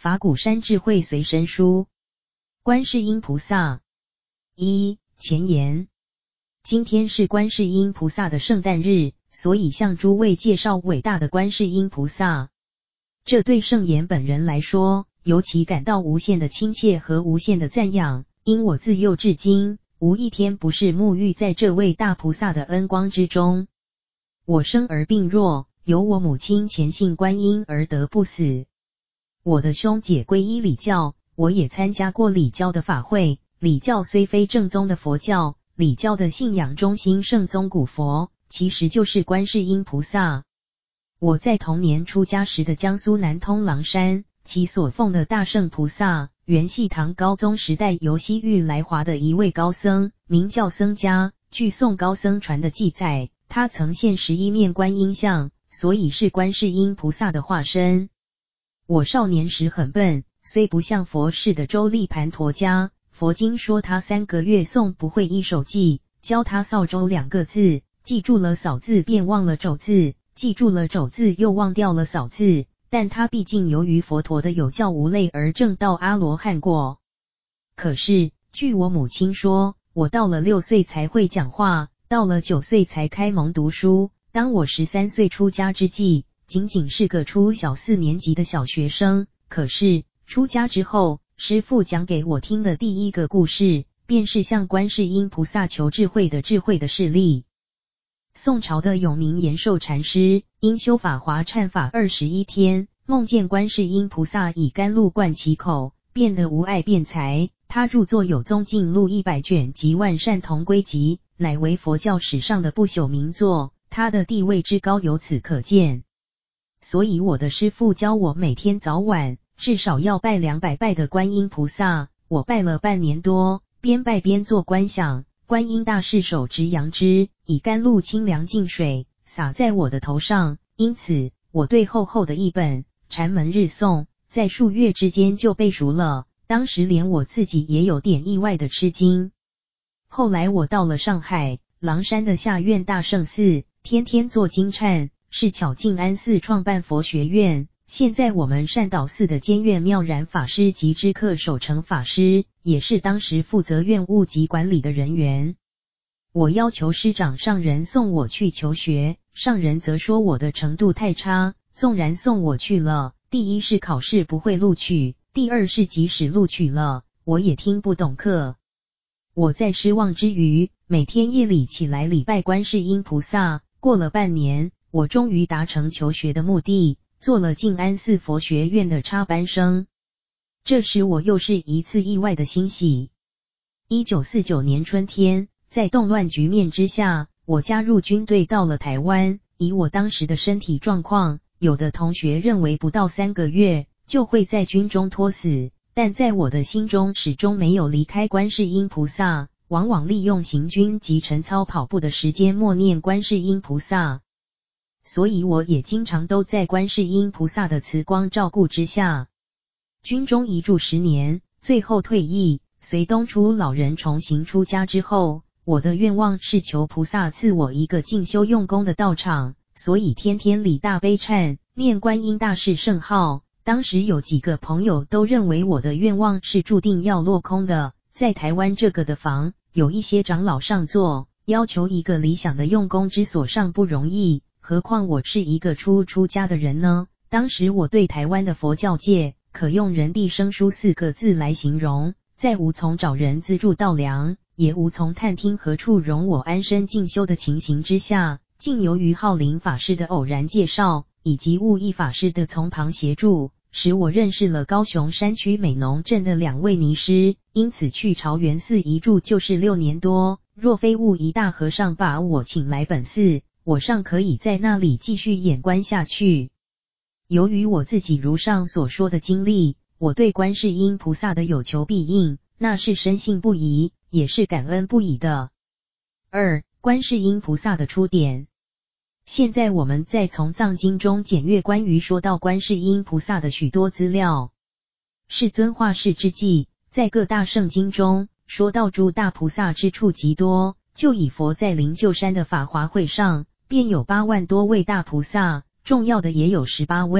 法鼓山智慧随身书，观世音菩萨。前言：今天是观世音菩萨的圣诞日，所以向诸位介绍伟大的观世音菩萨。这对圣严本人来说，尤其感到无限的亲切和无限的赞扬，因我自幼至今，无一天不是沐浴在这位大菩萨的恩光之中。我生而病弱，由我母亲虔信观音而得不死。我的兄姐皈依礼教，我也参加过礼教的法会。礼教虽非正宗的佛教，礼教的信仰中心圣宗古佛，其实就是观世音菩萨。我在童年出家时的江苏南通狼山，其所奉的大圣菩萨，原系唐高宗时代由西域来华的一位高僧，名叫僧伽。据宋高僧传的记载，他曾现11面观音像，所以是观世音菩萨的化身。我少年时很笨，虽不像佛似的周利盘陀家，佛经说他3个月诵不会一首偈，教他扫帚2个字，记住了扫字便忘了肘字，记住了肘字又忘掉了扫字，但他毕竟由于佛陀的有教无类而证到阿罗汉果。可是，据我母亲说，我到了6岁才会讲话，到了9岁才开蒙读书，当我13岁出家之际，仅仅是个初小4年级的小学生。可是，出家之后，师父讲给我听的第一个故事，便是向观世音菩萨求智慧的事例。宋朝的有名延寿禅师，因修法华忏法21天，梦见观世音菩萨以甘露灌其口，变得无碍辩才。他著作有《宗镜录》100卷及《万善同归集》，乃为佛教史上的不朽名作，他的地位之高由此可见。所以我的师父教我每天早晚至少要拜200拜的观音菩萨，我拜了半年多，边拜边做观想，观音大士手执杨枝，以甘露清凉净水洒在我的头上，因此我对厚厚的一本禅门日诵，在数月之间就背熟了，当时连我自己也有点意外的吃惊。后来我到了上海狼山的下院大圣寺，天天做经忏，是巧静安寺创办佛学院。现在我们善导寺的监院妙然法师及知客守成法师，也是当时负责院务及管理的人员。我要求师长上人送我去求学，上人则说我的程度太差，纵然送我去了，第一是考试不会录取，第二是即使录取了，我也听不懂课。我在失望之余，每天夜里起来礼拜观世音菩萨。过了半年，我终于达成求学的目的，做了静安寺佛学院的插班生。这时我又是一次意外的欣喜。1949年春天，在动乱局面之下，我加入军队到了台湾。以我当时的身体状况，有的同学认为不到3个月就会在军中脱死，但在我的心中始终没有离开观世音菩萨，往往利用行军及晨操跑步的时间默念观世音菩萨。所以我也经常都在观世音菩萨的慈光照顾之下。军中一住10年，最后退役，随东初老人重行出家之后，我的愿望是求菩萨赐我一个静修用功的道场，所以天天礼大悲忏，念观音大士圣号。当时有几个朋友都认为我的愿望是注定要落空的，在台湾这个的房，有一些长老上座，要求一个理想的用功之所尚不容易，何况我是一个出家的人呢？当时我对台湾的佛教界，可用人地生疏4个字来形容，在无从找人资助稻粮，也无从探听何处容我安身静修的情形之下，竟由于浩林法师的偶然介绍，以及悟义法师的从旁协助，使我认识了高雄山区美浓镇的2位尼师，因此去朝元寺一住就是6年多。若非悟义大和尚把我请来本寺，我尚可以在那里继续演观下去。由于我自己如上所说的经历，我对观世音菩萨的有求必应，那是深信不疑，也是感恩不已的。2. 观世音菩萨的出典。现在我们再从藏经中检阅关于说到观世音菩萨的许多资料。世尊化世之际，在各大圣经中说到诸大菩萨之处极多，就以佛在灵鹫山的法华会上，便有8万多位大菩萨，重要的也有18位，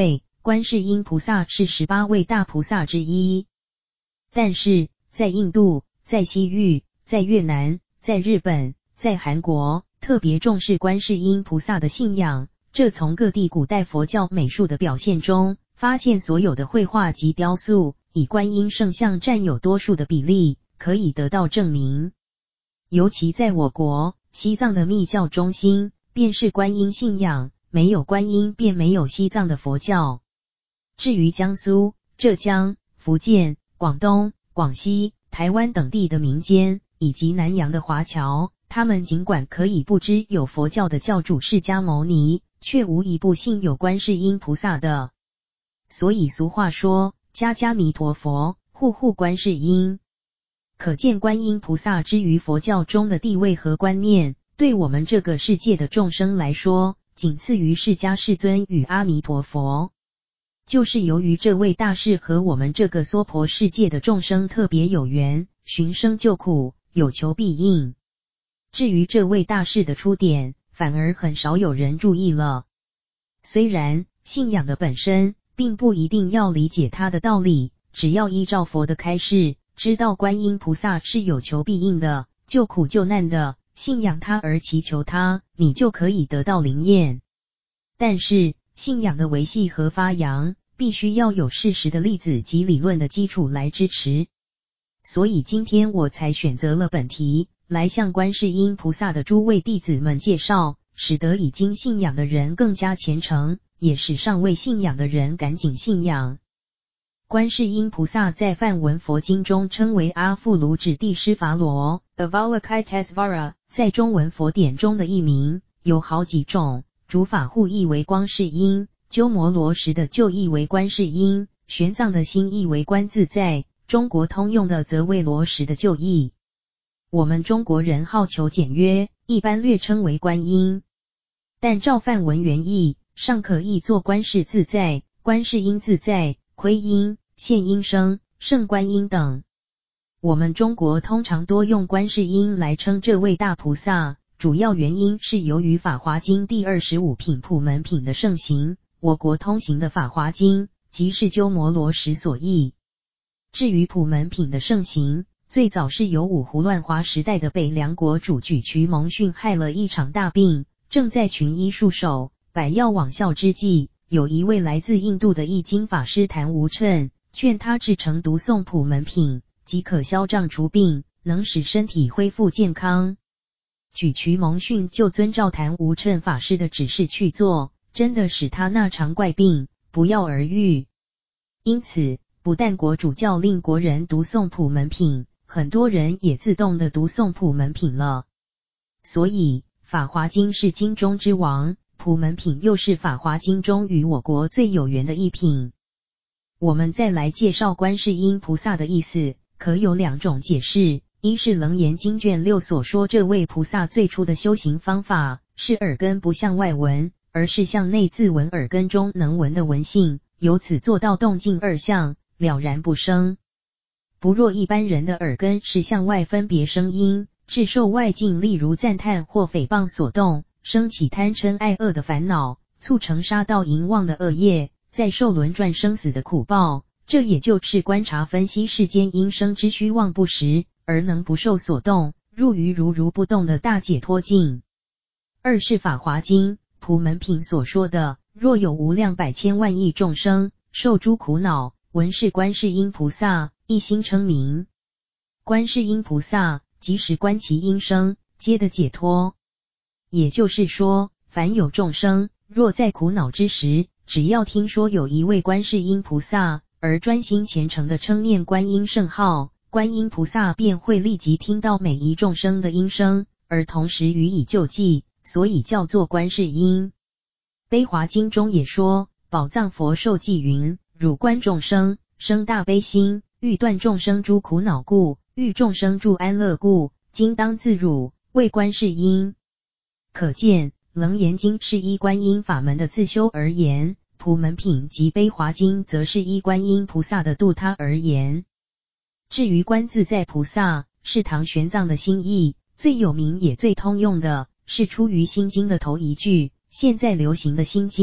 观世音菩萨是18位大菩萨之一。但是，在印度、在西域、在越南、在日本、在韩国，特别重视观世音菩萨的信仰。这从各地古代佛教美术的表现中，发现所有的绘画及雕塑，以观音圣像占有多数的比例，可以得到证明。尤其在我国西藏的密教中心，便是观音信仰，没有观音便没有西藏的佛教。至于江苏、浙江、福建、广东、广西、台湾等地的民间，以及南洋的华侨，他们尽管可以不知有佛教的教主释迦牟尼，却无一不信有观世音菩萨的。所以俗话说，家家弥陀佛，户户观世音。可见观音菩萨之于佛教中的地位和观念，对我们这个世界的众生来说，仅次于释迦世尊与阿弥陀佛。就是由于这位大士和我们这个娑婆世界的众生特别有缘，寻声救苦，有求必应。至于这位大士的出典，反而很少有人注意了。虽然信仰的本身并不一定要理解它的道理，只要依照佛的开示，知道观音菩萨是有求必应的，救苦救难的，信仰他而祈求他，你就可以得到灵验。但是信仰的维系和发扬，必须要有事实的例子及理论的基础来支持。所以今天我才选择了本题，来向观世音菩萨的诸位弟子们介绍，使得已经信仰的人更加虔诚，也使尚未信仰的人赶紧信仰。观世音菩萨在梵文佛经中称为阿富卢指地施伐罗 Avalokitesvara， 在中文佛典中的译名有好几种，竺法护译为光世音，鸠摩罗什的旧译为观世音，玄奘的新译为观自在，中国通用的则为罗什的旧译。我们中国人好求简约，一般略称为观音。但照梵文原意，尚可译作观世自在、观世音自在、窥音、现音声、圣观音等。我们中国通常多用观世音来称这位大菩萨，主要原因是由于法华经第25品普门品的盛行，我国通行的法华经即是鸠摩罗什所译。至于普门品的盛行，最早是由五胡乱华时代的北凉国主举渠蒙逊害了一场大病，正在群医束手、百药罔效之际，有一位来自印度的译经法师昙无谶，劝他制成读诵普门品，即可消障除病，能使身体恢复健康。举渠蒙逊就遵照昙无谶法师的指示去做，真的使他那场怪病不药而愈。因此，不但国主教令国人读诵普门品，很多人也自动的读诵普门品了。所以法华经是经中之王，普门品又是法华经中与我国最有缘的一品。我们再来介绍观世音菩萨的意思，可有两种解释。一是楞严经卷6所说这位菩萨最初的修行方法，是耳根不向外闻，而是向内自闻耳根中能闻的闻性，由此做到动静二相，了然不生。不若一般人的耳根是向外分别声音，致受外境例如赞叹或诽谤所动，生起贪嗔爱恶的烦恼，促成杀盗淫妄的恶业，再受轮转生死的苦报。这也就是观察分析世间因生之虚妄不实，而能不受所动，入于如不动的大解脱境。二是法华经普门品所说的，若有无量百千万亿众生受诸苦恼，闻是观世音菩萨，一心称名。观世音菩萨即使观其音声，皆得解脱。也就是说，凡有众生若在苦恼之时，只要听说有一位观世音菩萨，而专心虔诚地称念观音圣号，观音菩萨便会立即听到每一众生的音声，而同时予以救济，所以叫做观世音。悲华经中也说，宝藏佛受记云，汝观众生，生大悲心，欲断众生诸苦恼故，欲众生住安乐故，今当自汝，为观世音。可见楞严经是依观音法门的自修而言，普门品及悲华经则是依观音菩萨的度他而言。至于观自在菩萨，是唐玄奘的新译，最有名也最通用的，是出于心经的头一句。现在流行的心经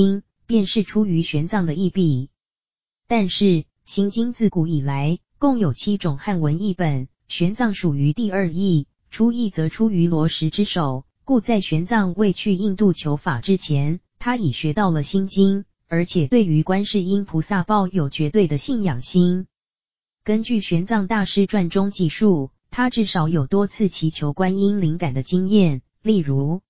便是出于玄奘的意笔。但是心经自古以来共有7种汉文译本，玄奘属于第2译，初译则出于罗什之手，故在玄奘未去印度求法之前，他已学到了心经，而且对于观世音菩萨抱有绝对的信仰心。根据玄奘大师传中记述，他至少有多次祈求观音灵感的经验，例如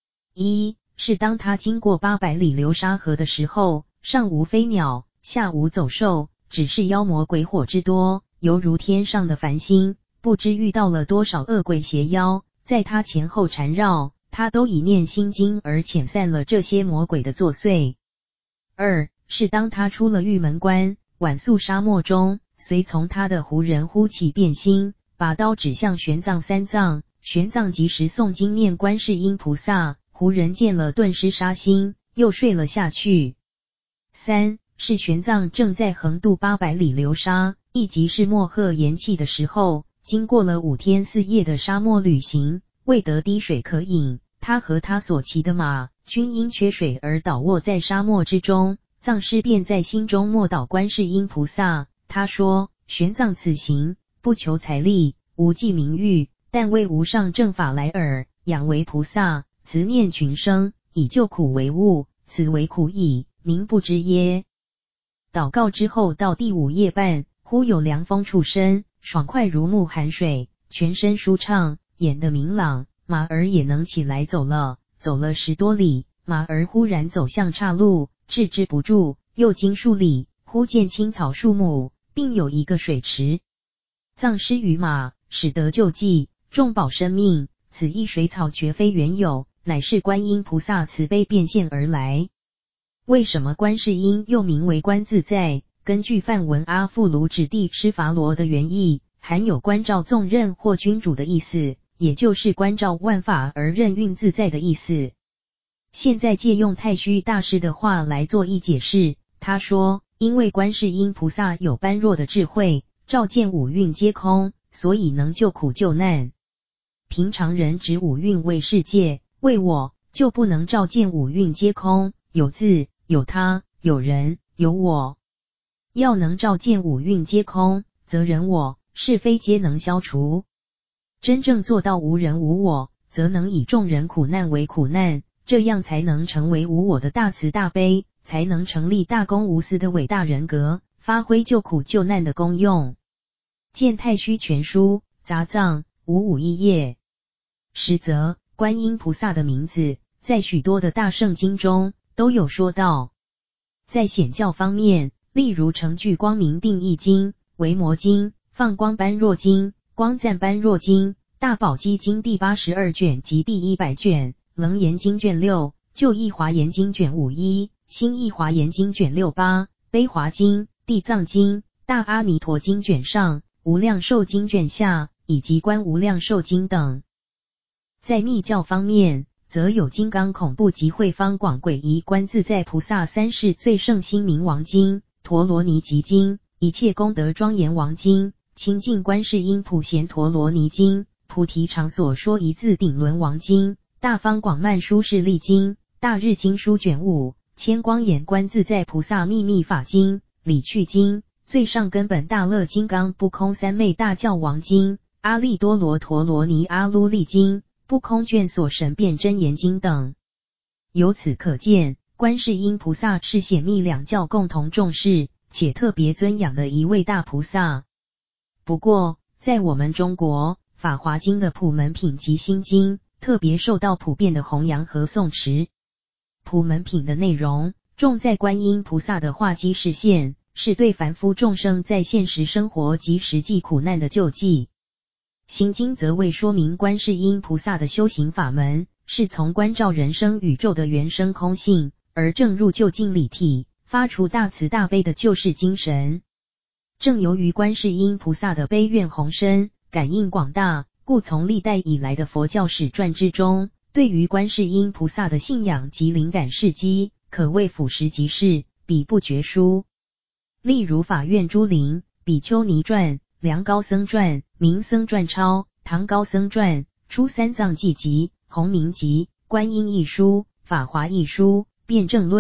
1是当他经过800里流沙河的时候，上无飞鸟，下无走兽，只是妖魔鬼火之多，犹如天上的繁星，不知遇到了多少恶鬼邪妖，在他前后缠绕，他都以念心经而遣散了这些魔鬼的作祟。2是当他出了玉门关，晚宿沙漠中，随从他的胡人忽起变心，把刀指向玄奘三藏，玄奘即时诵经念观世音菩萨，胡人见了顿时杀心，又睡了下去。3是玄奘正在横渡800里流沙，亦即是莫赫延气的时候，经过了5天4夜的沙漠旅行，未得滴水可饮，他和他所骑的马均因缺水而倒卧在沙漠之中，藏师便在心中默祷观世音菩萨。他说：玄奘此行不求财力，无计名誉，但为无上正法来耳，仰为菩萨，慈念群生，以救苦为务，此为苦矣，民不知耶。祷告之后到第5夜半，忽有凉风触身，爽快如沐寒水，全身舒畅，眼得明朗，马儿也能起来走了。走了10多里，马儿忽然走向岔路，置之不住，又经数里，忽见青草树木，并有一个水池。藏师于马，使得救济，重保生命。此一水草绝非原有，乃是观音菩萨慈悲变现而来。为什么观世音又名为观自在？根据梵文阿富卢指地施伐罗的原意，含有关照纵任或君主的意思，也就是关照万法而任运自在的意思。现在借用太虚大师的话来做一解释，他说，因为观世音菩萨有般若的智慧，照见五蕴皆空，所以能救苦救难。平常人指五蕴为世界，为我，就不能照见五蕴皆空，有自，有他，有人，有我。要能照见五蕴皆空，则人我是非皆能消除。真正做到无人无我，则能以众人苦难为苦难，这样才能成为无我的大慈大悲，才能成立大公无私的伟大人格，发挥救苦救难的功用。见太虚全书杂藏551页。实则观音菩萨的名字在许多的大圣经中都有说到。在显教方面，例如成具光明定义经、维摩经、放光般若经、光赞般若经、大宝积经第82卷及第100卷、楞严经卷6、旧义华严经卷51、新义华严经卷68、悲华经、地藏经、大阿弥陀经卷上、无量寿经卷下以及观无量寿经等。在密教方面，则有金刚恐怖集会方广诡仪观自在菩萨三世最胜心明王经、陀罗尼集经、一切功德庄严王经、清净观世音普贤陀罗尼经、菩提场所说一字顶轮王经、大方广曼殊势力经、大日经书卷5、千光眼观自在菩萨秘密法经、理趣经、最上根本大乐金刚不空三昧大教王经、阿耨多罗陀罗尼阿卢利经、不空卷所神变真言经等。由此可见，观世音菩萨是显密两教共同重视且特别尊仰的一位大菩萨。不过，在我们中国，法华经的普门品及心经特别受到普遍的弘扬和诵持。普门品的内容重在观音菩萨的化机示现，是对凡夫众生在现实生活及实际苦难的救济。心经则为说明观世音菩萨的修行法门，是从关照人生宇宙的原生空性，而正入究竟理体，发出大慈大悲的救世精神。正由于观世音菩萨的悲愿宏深，感应广大，故从历代以来的佛教史传之中，对于观世音菩萨的信仰及灵感事迹，可谓俯拾即是，比不绝书。例如法院珠林、比丘尼传、梁高僧传、明僧传抄、唐高僧传、出三藏记集、弘明集、观音一书、法华一书、辩证论、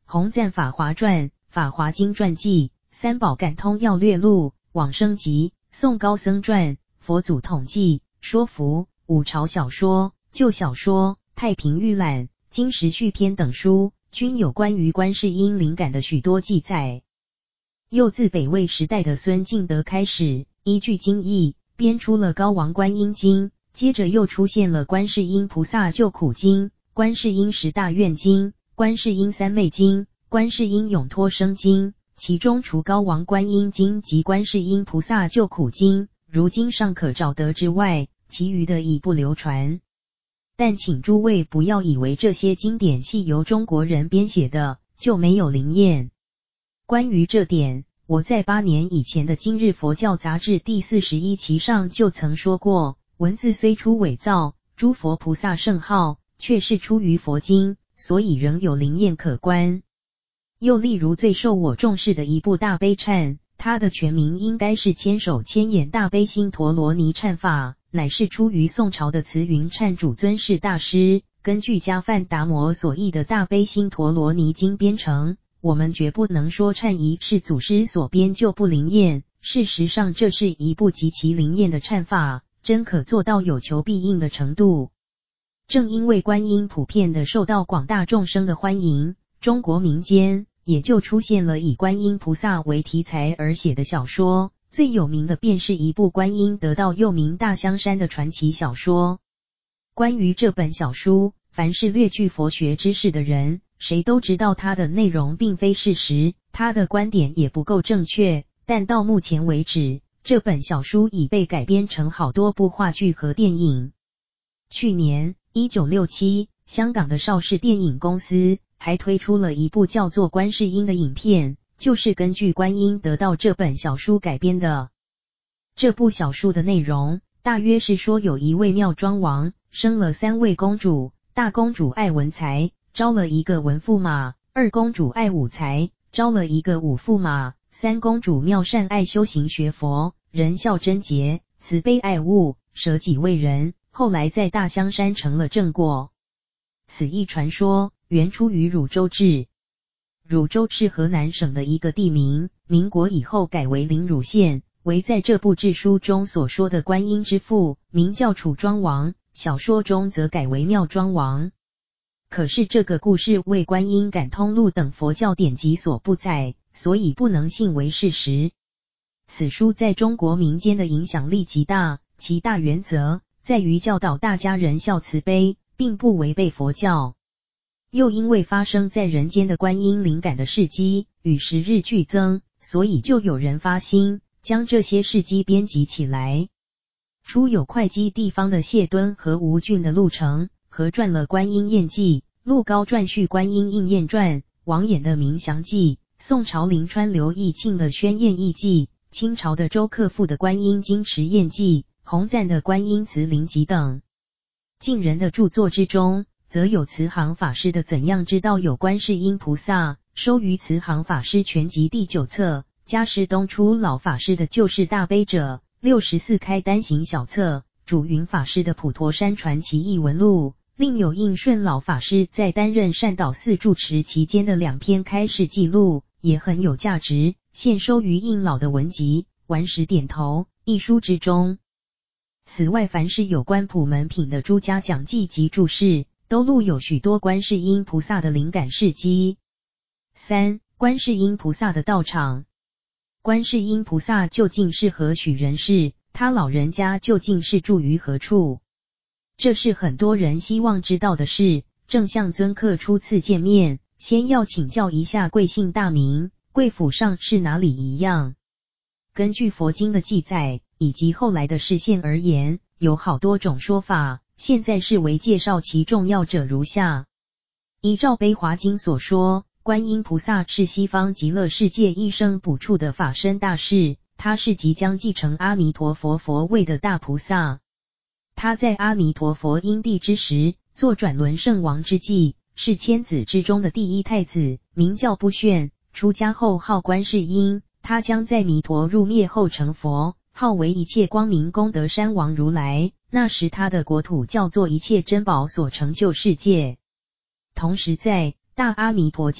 弘赞法华传、法华经传记、三宝感通要略录、往生集、宋高僧传、佛祖统计、说服、五朝小说、旧小说、太平御览、经时序篇等书，均有关于观世音灵感的许多记载。又自北魏时代的孙敬德开始，依据经义，编出了《高王观音经》，接着又出现了《观世音菩萨救苦经》、《观世音十大愿经》、《观世音三昧经》、《观世音永脱生经》，其中除《高王观音经》及《观世音菩萨救苦经》如今尚可找得之外，其余的已不流传。但请诸位不要以为这些经典系由中国人编写的，就没有灵验。关于这点，我在8年以前的《今日佛教杂志》第41期上就曾说过，文字虽出伪造，诸佛菩萨圣号却是出于佛经，所以仍有灵验可观。又例如最受我重视的一部大悲忏，它的全名应该是千手千眼大悲心陀罗尼忏法，乃是出于宋朝的慈云忏主尊释大师，根据迦梵达摩所译的大悲心陀罗尼经编成。我们绝不能说忏仪是祖师所编就不灵验，事实上这是一部极其灵验的忏法，真可做到有求必应的程度。正因为观音普遍的受到广大众生的欢迎，中国民间也就出现了以观音菩萨为题材而写的小说，最有名的便是一部观音得道又名大香山的传奇小说。关于这本小书，凡是略具佛学知识的人，谁都知道它的内容并非事实，它的观点也不够正确，但到目前为止，这本小书已被改编成好多部话剧和电影。去年1967，香港的邵氏电影公司还推出了一部叫做《观世音》的影片，就是根据观音得道这本小书改编的。这部小书的内容大约是说，有一位妙庄王生了3位公主，大公主爱文才，招了一个文驸马；二公主爱武才，招了一个武驸马；三公主妙善爱修行学佛，仁孝贞洁，慈悲爱物，舍己为人，后来在大香山成了正果。此一传说原出于汝州治。汝州是河南省的一个地名，民国以后改为临汝县，为在这部志书中所说的观音之父，名叫楚庄王，小说中则改为妙庄王。可是这个故事为观音感通录等佛教典籍所不载，所以不能信为事实。此书在中国民间的影响力极大，其大原则在于教导大家仁孝慈悲，并不违背佛教。又因为发生在人间的观音灵感的事迹与时日俱增，所以就有人发心将这些事迹编辑起来。初有会稽地方的谢敦和吴俊的陆程合撰了《观音验记》，陆高撰续《观音应验传》，王衍的《明祥记》，宋朝临川刘义庆的《宣验义记》，清朝的周克复的《观音经持验记》，弘赞的《观音慈灵集》等。近人的著作之中，则有慈航法师的《怎样知道有观世音菩萨》，收于慈航法师全集第9册，加师东初老法师的《救世大悲者》64开单行小册，主云法师的《普陀山传奇异闻录》，另有应顺老法师在担任善导寺住持期间的2篇开示记录，也很有价值，现收于应老的文集《顽石点头》一书之中。此外，凡是有关普门品的诸家讲记及注释，都录有许多观世音菩萨的灵感事迹。3. 观世音菩萨的道场。观世音菩萨究竟是何许人士？他老人家究竟是住于何处？这是很多人希望知道的事。正像尊客初次见面，先要请教一下贵姓大名，贵府上是哪里一样。根据佛经的记载以及后来的示现而言，有好多种说法，现在是为介绍其重要者如下。依照《悲华经》所说，观音菩萨是西方极乐世界一生补处的法身大士，他是即将继承阿弥陀佛佛位的大菩萨。他在阿弥陀佛因地之时，做转轮圣王之际，是千子之中的第一太子，名叫不炫，出家后号观世音。他将在弥陀入灭后成佛，号为一切光明功德山王如来。那时他的国土叫做一切珍宝所成就世界。同时在大阿弥陀经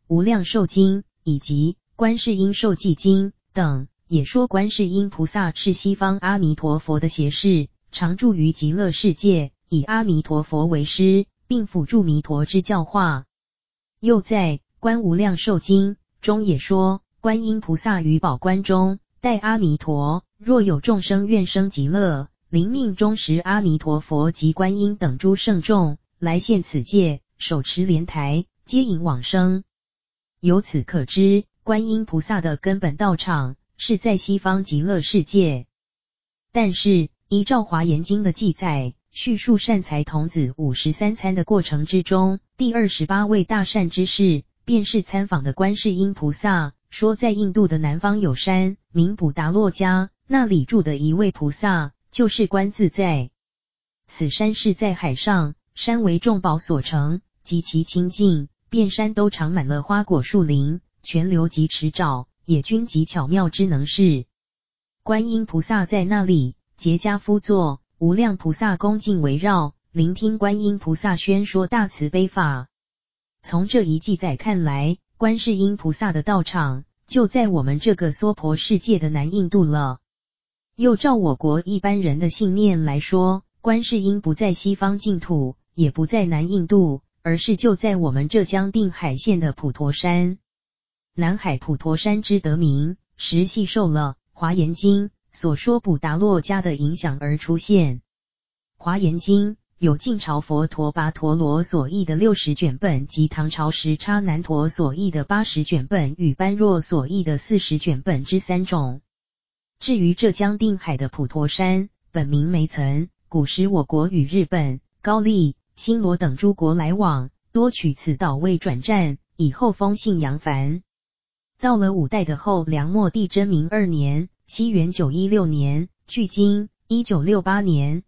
无量寿经以及观世音受记经等，也说观世音菩萨是西方阿弥陀佛的胁侍，常住于极乐世界，以阿弥陀佛为师，并辅助弥陀之教化。又在观无量寿经中也说，观音菩萨于宝观中待阿弥陀，若有众生愿生极乐，临命终时，阿弥陀佛及观音等诸圣众来现此界，手持莲台，接引往生。由此可知，观音菩萨的根本道场是在西方极乐世界。但是依照华严经的记载，叙述善财童子53参的过程之中，第28位大善之士便是参访的观世音菩萨，说在印度的南方有山名普达洛迦，那里住的一位菩萨就是观自在。此山是在海上，山为众宝所成，极其清净，遍山都长满了花果树林，泉流及池沼，也均极巧妙之能事。观音菩萨在那里结跏趺坐，无量菩萨恭敬围绕，聆听观音菩萨宣说大慈悲法。从这一记载看来，观世音菩萨的道场就在我们这个娑婆世界的南印度了。又照我国一般人的信念来说，观世音不在西方净土，也不在南印度，而是就在我们浙江定海县的普陀山。南海普陀山之得名，实系受了华严经所说普达洛迦的影响而出现。华严经有晋朝佛陀跋陀罗所译的60卷本及唐朝时叉难陀所译的80卷本与般若所译的40卷本之3种。至于浙江定海的普陀山，本名梅岑，古时我国与日本、高丽、新罗等诸国来往，多取此岛为转站，以后风信扬帆。到了五代的后梁末帝真明2年，西元916年，距今1968年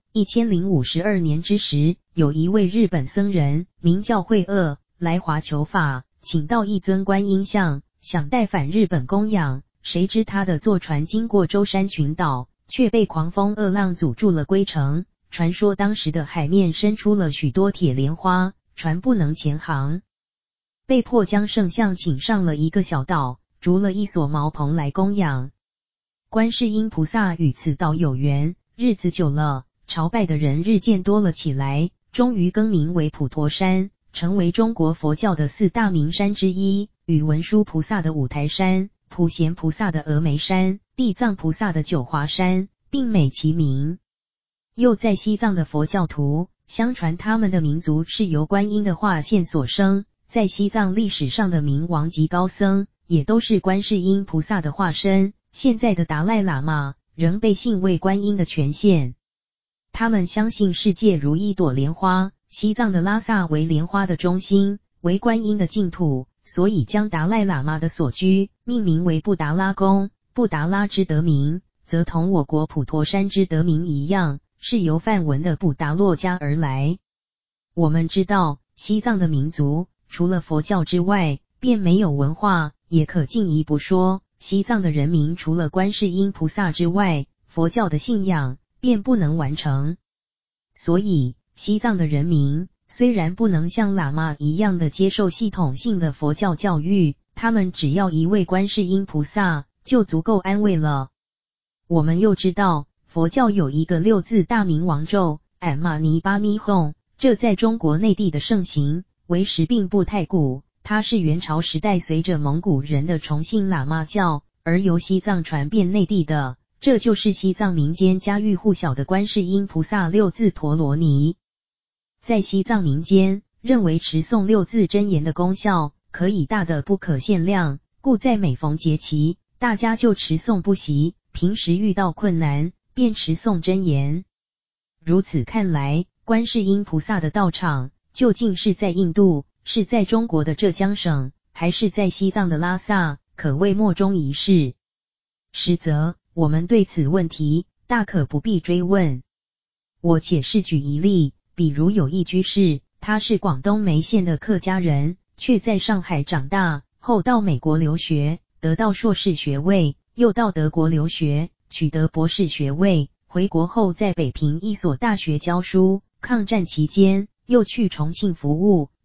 1052年之时，有一位日本僧人名叫慧锷，来华求法，请到一尊观音像，想带返日本供养。谁知他的坐船经过舟山群岛，却被狂风恶浪阻住了归程。传说当时的海面伸出了许多铁莲花，船不能前航，被迫将圣像请上了一个小岛，筑了一所茅棚来供养。观世音菩萨与此岛有缘，日子久了，朝拜的人日渐多了起来，终于更名为普陀山，成为中国佛教的4大名山之一，与文殊菩萨的五台山、普贤菩萨的峨眉山、地藏菩萨的九华山并美其名。又在西藏的佛教徒，相传他们的民族是由观音的化现所生，在西藏历史上的明王及高僧，也都是观世音菩萨的化身。现在的达赖喇嘛仍被信为观音的权限。他们相信世界如一朵莲花，西藏的拉萨为莲花的中心，为观音的净土，所以将达赖喇嘛的所居命名为布达拉宫。布达拉之得名，则同我国普陀山之得名一样，是由梵文的布达洛迦而来。我们知道，西藏的民族除了佛教之外，便没有文化，也可进一步说，西藏的人民除了观世音菩萨之外，佛教的信仰便不能完成。所以，西藏的人民虽然不能像喇嘛一样的接受系统性的佛教教育，他们只要一位观世音菩萨就足够安慰了。我们又知道，佛教有一个6字大明王咒俺玛尼巴咪吽，这在中国内地的盛行为时并不太古，它是元朝时代随着蒙古人的崇信喇嘛教而由西藏传遍内地的，这就是西藏民间家喻户晓的观世音菩萨6字陀罗尼。在西藏民间，认为持诵6字真言的功效可以大的不可限量，故在每逢节期，大家就持诵不息，平时遇到困难便持诵真言。如此看来，观世音菩萨的道场究竟是在印度，是在中国的浙江省，还是在西藏的拉萨，可谓莫衷一是。实则我们对此问题大可不必追问。我且试举一例，比如有一居士，他是广东梅县的客家人，却在上海长大，后到美国留学，得到硕士学位，又到德国留学，取得博士学位，回国后在北平一所大学教书，抗战期间又去重庆服务，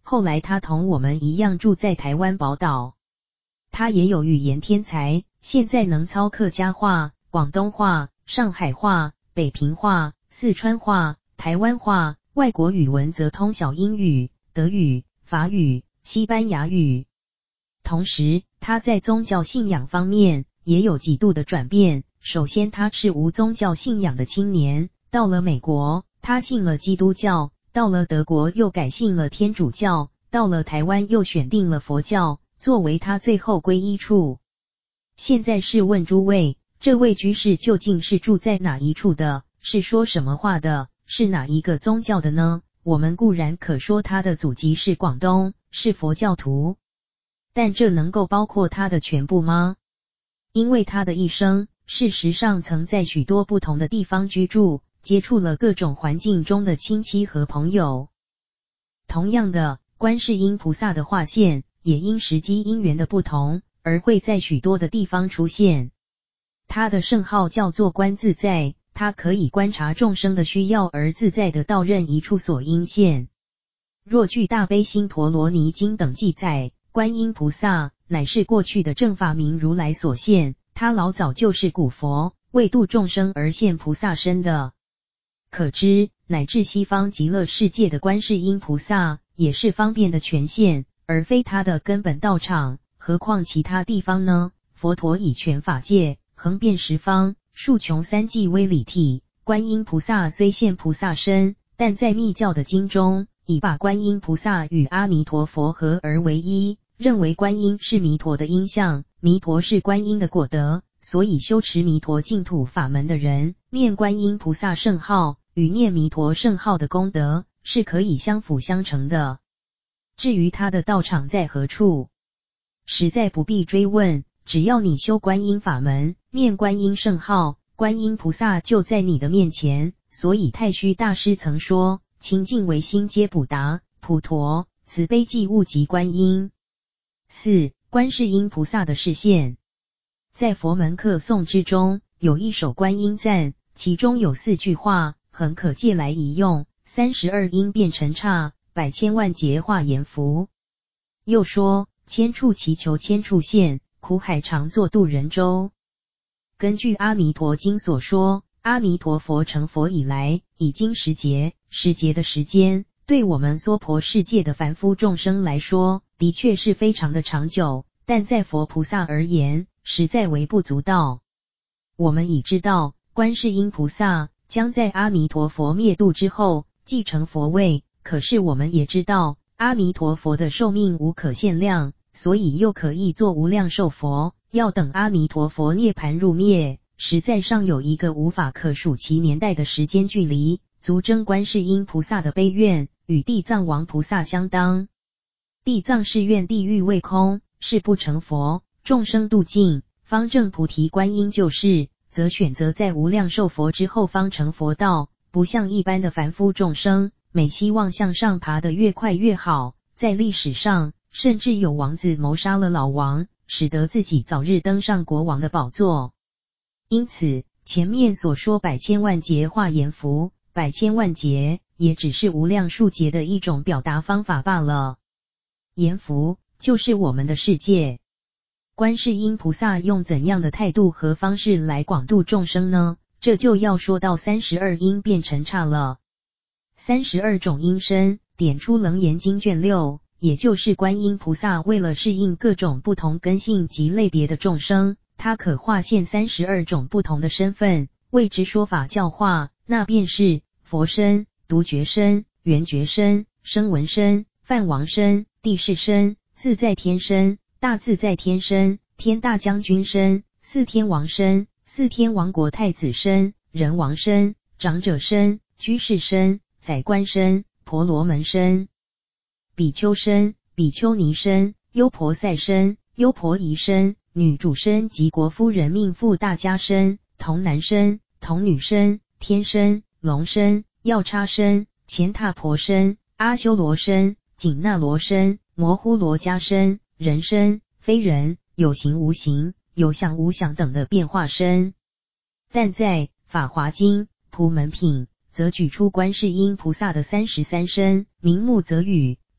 后来他同我们一样住在台湾宝岛。他也有语言天才，现在能操客家话、广东话、上海话、北平话、四川话、台湾话，外国语文则通晓英语、德语、法语、西班牙语。同时，他在宗教信仰方面也有几度的转变。首先，他是无宗教信仰的青年，到了美国，他信了基督教，到了德国又改信了天主教，到了台湾又选定了佛教，作为他最后皈依处。现在试问诸位，这位居士究竟是住在哪一处的？是说什么话的？是哪一个宗教的呢？我们固然可说他的祖籍是广东，是佛教徒，但这能够包括他的全部吗？因为他的一生，事实上曾在许多不同的地方居住，接触了各种环境中的亲戚和朋友。同样的，观世音菩萨的化现，也因时机因缘的不同，而会在许多的地方出现。他的圣号叫做观自在，他可以观察众生的需要而自在的到任一处所应现。若据大悲心陀罗尼经等记载，观音菩萨乃是过去的正法明如来所现，他老早就是古佛，为度众生而现菩萨身的。可知，乃至西方极乐世界的观世音菩萨，也是方便的权现，而非他的根本道场。何况其他地方呢？佛陀以全法界，横遍十方，数穷三际为理体。观音菩萨虽现菩萨身，但在密教的经中，已把观音菩萨与阿弥陀佛合而为一，认为观音是弥陀的音相，弥陀是观音的果德，所以修持弥陀净土法门的人，念观音菩萨圣号与念弥陀圣号的功德是可以相辅相成的。至于他的道场在何处，实在不必追问，只要你修观音法门，念观音圣号，观音菩萨就在你的面前。所以太虚大师曾说，清净唯心皆普达，普陀慈悲济物即观音。4. 观世音菩萨的示现。在佛门课诵之中，有一首观音赞，其中有4句话，很可借来一用：32因变成刹，百千万劫化阎浮。又说，千处祈求千处现，苦海常作渡人舟。根据阿弥陀经所说，阿弥陀佛成佛以来，已经10劫，10劫的时间，对我们娑婆世界的凡夫众生来说，的确是非常的长久，但在佛菩萨而言，实在微不足道。我们已知道，观世音菩萨将在阿弥陀佛灭度之后，继承佛位，可是我们也知道，阿弥陀佛的寿命无可限量，所以又可以做无量寿佛，要等阿弥陀佛涅槃入灭，实在上有一个无法可数其年代的时间距离，足证观世音菩萨的悲愿与地藏王菩萨相当。地藏是愿地狱未空，是不成佛，众生度尽，方证菩提；观音就是则选择在无量寿佛之后方成佛道，不像一般的凡夫众生，每希望向上爬得越快越好。在历史上，甚至有王子谋杀了老王，使得自己早日登上国王的宝座。因此，前面所说百千万劫化阎浮，百千万劫也只是无量数劫的一种表达方法罢了。阎浮就是我们的世界。观世音菩萨用怎样的态度和方式来广度众生呢？这就要说到32因变成刹了。32种因身，点出楞严经卷6，也就是观音菩萨为了适应各种不同根性及类别的众生，他可化现32种不同的身份，为之说法教化，那便是佛身、独觉身、缘觉身、声闻身、梵王身、地势身、自在天身、大自在天身、天大将军身、四天王身、四天王国太子身、人王身、长者身、居士身、宰官身、婆罗门身、比丘身、比丘尼身、优婆塞身、优婆夷身、女主身及国夫人命妇大家身、童男身、童女身、天身、龙身、药叉身、乾闼婆身、阿修罗身、紧那罗身、摩呼罗伽身、人身、非人、有形无形、有相无相等的变化身。但在法华经普门品则举出观世音菩萨的33身，名目则语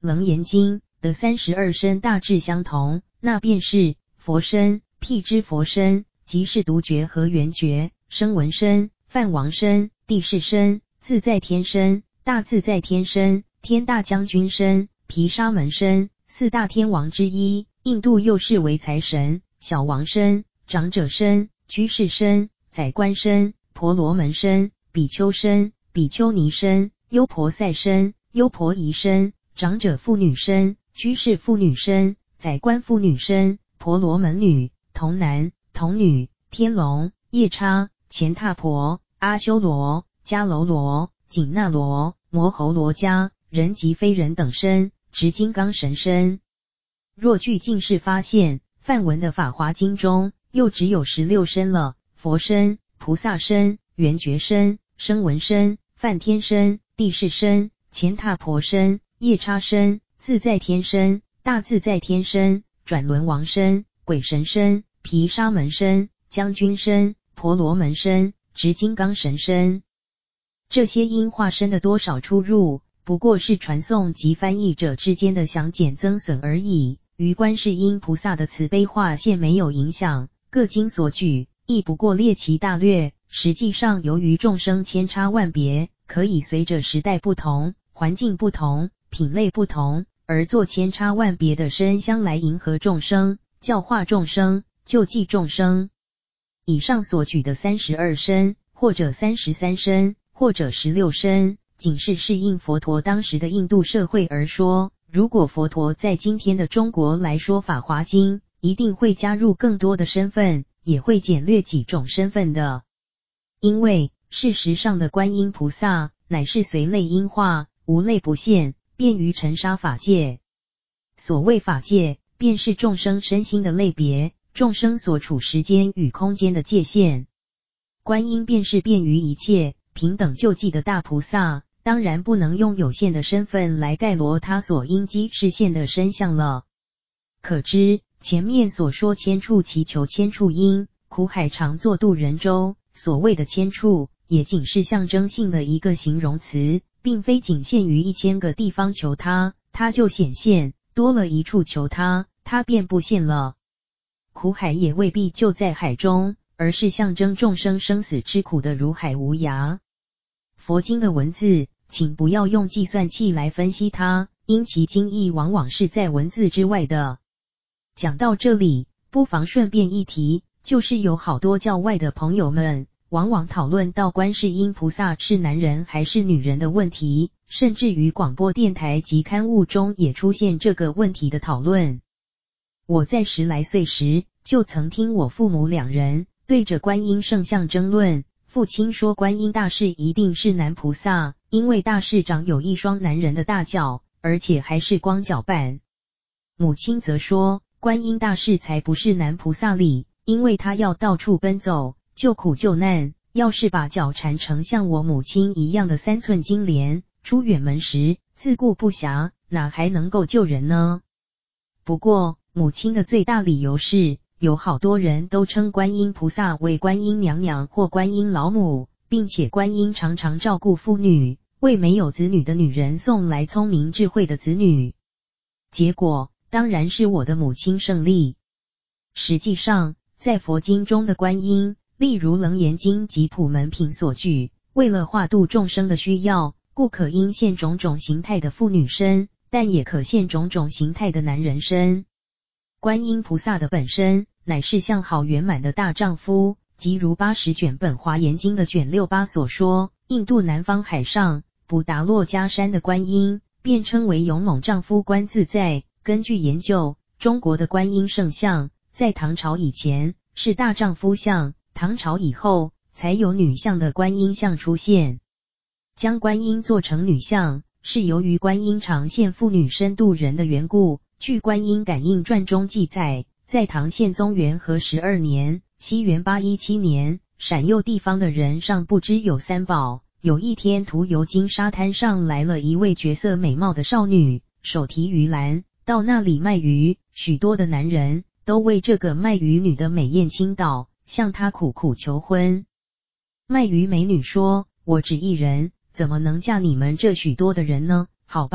楞严经的32身大致相同，那便是佛身、辟支佛身、即是独觉和圆觉、声闻身、梵王身、地势身、自在天身、大自在天身、天大将军身、毗沙门身，四大天王之一。印度又视为财神、小王身、长者身、居士身、宰官身、婆罗门身、比丘身、比丘尼身、优婆塞身、优婆夷身、长者妇女身、居士妇女身、宰官妇女身、婆罗门女、童男、童女、天龙、夜叉、乾闼婆、阿修罗、迦楼罗、紧那罗、摩喉罗伽、人及非人等身，直金刚神身。若据近世发现，梵文的法华经中又只有16身了，佛身、菩萨身、圆觉身、声闻身、梵天身、地势身、乾闼婆身、夜叉身、自在天身、大自在天身、转轮王身、鬼神身、毗沙门身、将军身、婆罗门身、直金刚神身。这些因化身的多少出入，不过是传诵及翻译者之间的详减增损而已，于观世音菩萨的慈悲化现没有影响。各经所举，亦不过列其大略，实际上由于众生千差万别，可以随着时代不同、环境不同、品类不同，而作千差万别的身相来迎合众生，教化众生，救济众生。以上所举的32身，或者33身，或者16身，仅是适应佛陀当时的印度社会而说。如果佛陀在今天的中国来说法华经，一定会加入更多的身份，也会简略几种身份的。因为事实上的观音菩萨乃是随类因化，无类不现，便于尘沙法界。所谓法界，便是众生身心的类别，众生所处时间与空间的界限。观音便是便于一切平等救济的大菩萨，当然不能用有限的身份来概罗他所应机示现的身相了。可知前面所说千处祈求千处因，苦海常作渡人舟，所谓的千处也仅是象征性的一个形容词，并非仅限于1000个地方求他，他就显现，多了一处求他，他便不现了。苦海也未必就在海中，而是象征众生生死之苦的如海无涯。佛经的文字，请不要用计算器来分析它，因其精义往往是在文字之外的。讲到这里，不妨顺便一提，就是有好多教外的朋友们，往往讨论到观世音菩萨是男人还是女人的问题，甚至于广播电台及刊物中也出现这个问题的讨论。我在10来岁时，就曾听我父母2人对着观音圣像争论，父亲说观音大士一定是男菩萨，因为大士长有一双男人的大脚，而且还是光脚伴。母亲则说观音大士才不是男菩萨里，因为他要到处奔走，救苦救难，要是把脚缠成像我母亲一样的3寸金莲，出远门时自顾不暇，哪还能够救人呢？不过母亲的最大理由是，有好多人都称观音菩萨为观音娘娘或观音老母，并且观音常常照顾妇女，为没有子女的女人送来聪明智慧的子女。结果当然是我的母亲胜利。实际上，在佛经中的观音，例如楞严经及普门品所举，为了化度众生的需要，故可应现种种形态的妇女身，但也可现种种形态的男人身。观音菩萨的本身乃是相好圆满的大丈夫，即如80卷本华严经的卷68所说，印度南方海上补达洛迦山的观音，便称为勇猛丈夫观自在。根据研究，中国的观音圣像，在唐朝以前是大丈夫像，唐朝以后才有女像的观音像出现。将观音做成女像，是由于观音常现妇女身度人的缘故。据《观音感应传》中记载，在唐宪宗元和12年，西元817年，陕右地方的人尚不知有三宝。有一天，途游经沙滩上来了一位绝色美貌的少女，手提鱼篮，到那里卖鱼。许多的男人都为这个卖鱼女的美艳倾倒，向她苦苦求婚。卖鱼美女说：“我只一人，怎么能嫁你们这许多的人呢？好吧，